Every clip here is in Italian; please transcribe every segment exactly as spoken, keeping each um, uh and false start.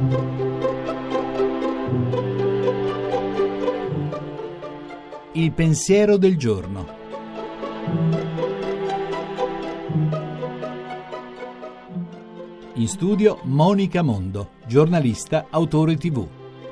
Il pensiero del giorno. In studio Monica Mondo, giornalista, autore tivù.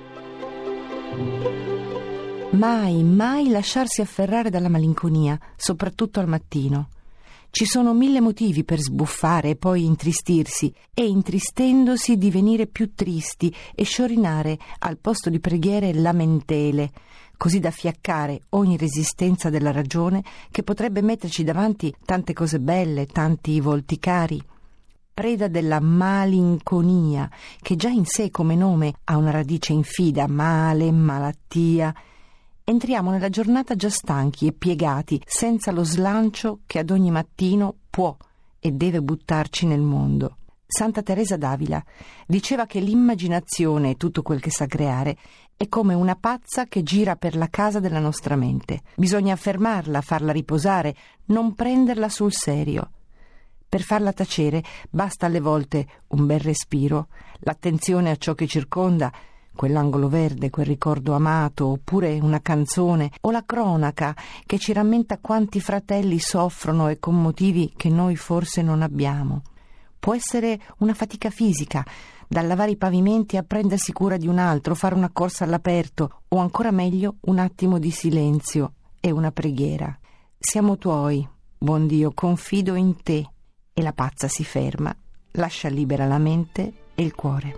Mai, mai lasciarsi afferrare dalla malinconia, soprattutto al mattino. Ci sono mille motivi per sbuffare e poi intristirsi, e intristendosi divenire più tristi e sciorinare al posto di preghiere lamentele, così da fiaccare ogni resistenza della ragione che potrebbe metterci davanti tante cose belle, tanti volti cari. Preda della malinconia, che già in sé come nome ha una radice infida, male, malattia. Entriamo nella giornata già stanchi e piegati, senza lo slancio che ad ogni mattino può e deve buttarci nel mondo. Santa Teresa d'Avila diceva che l'immaginazione e tutto quel che sa creare è come una pazza che gira per la casa della nostra mente. Bisogna fermarla, farla riposare, non prenderla sul serio. Per farla tacere basta alle volte un bel respiro, l'attenzione a ciò che circonda, quell'angolo verde, quel ricordo amato, oppure una canzone o la cronaca che ci rammenta quanti fratelli soffrono e con motivi che noi forse non abbiamo. Può essere una fatica fisica, dal lavare i pavimenti a prendersi cura di un altro, fare una corsa all'aperto o ancora meglio un attimo di silenzio e una preghiera. Siamo tuoi, buon Dio, confido in te. E la pazza si ferma, lascia libera la mente e il cuore.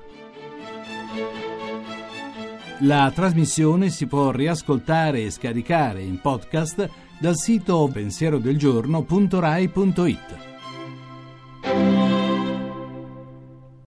La trasmissione si può riascoltare e scaricare in podcast dal sito pensierodelgiorno punto rai punto it.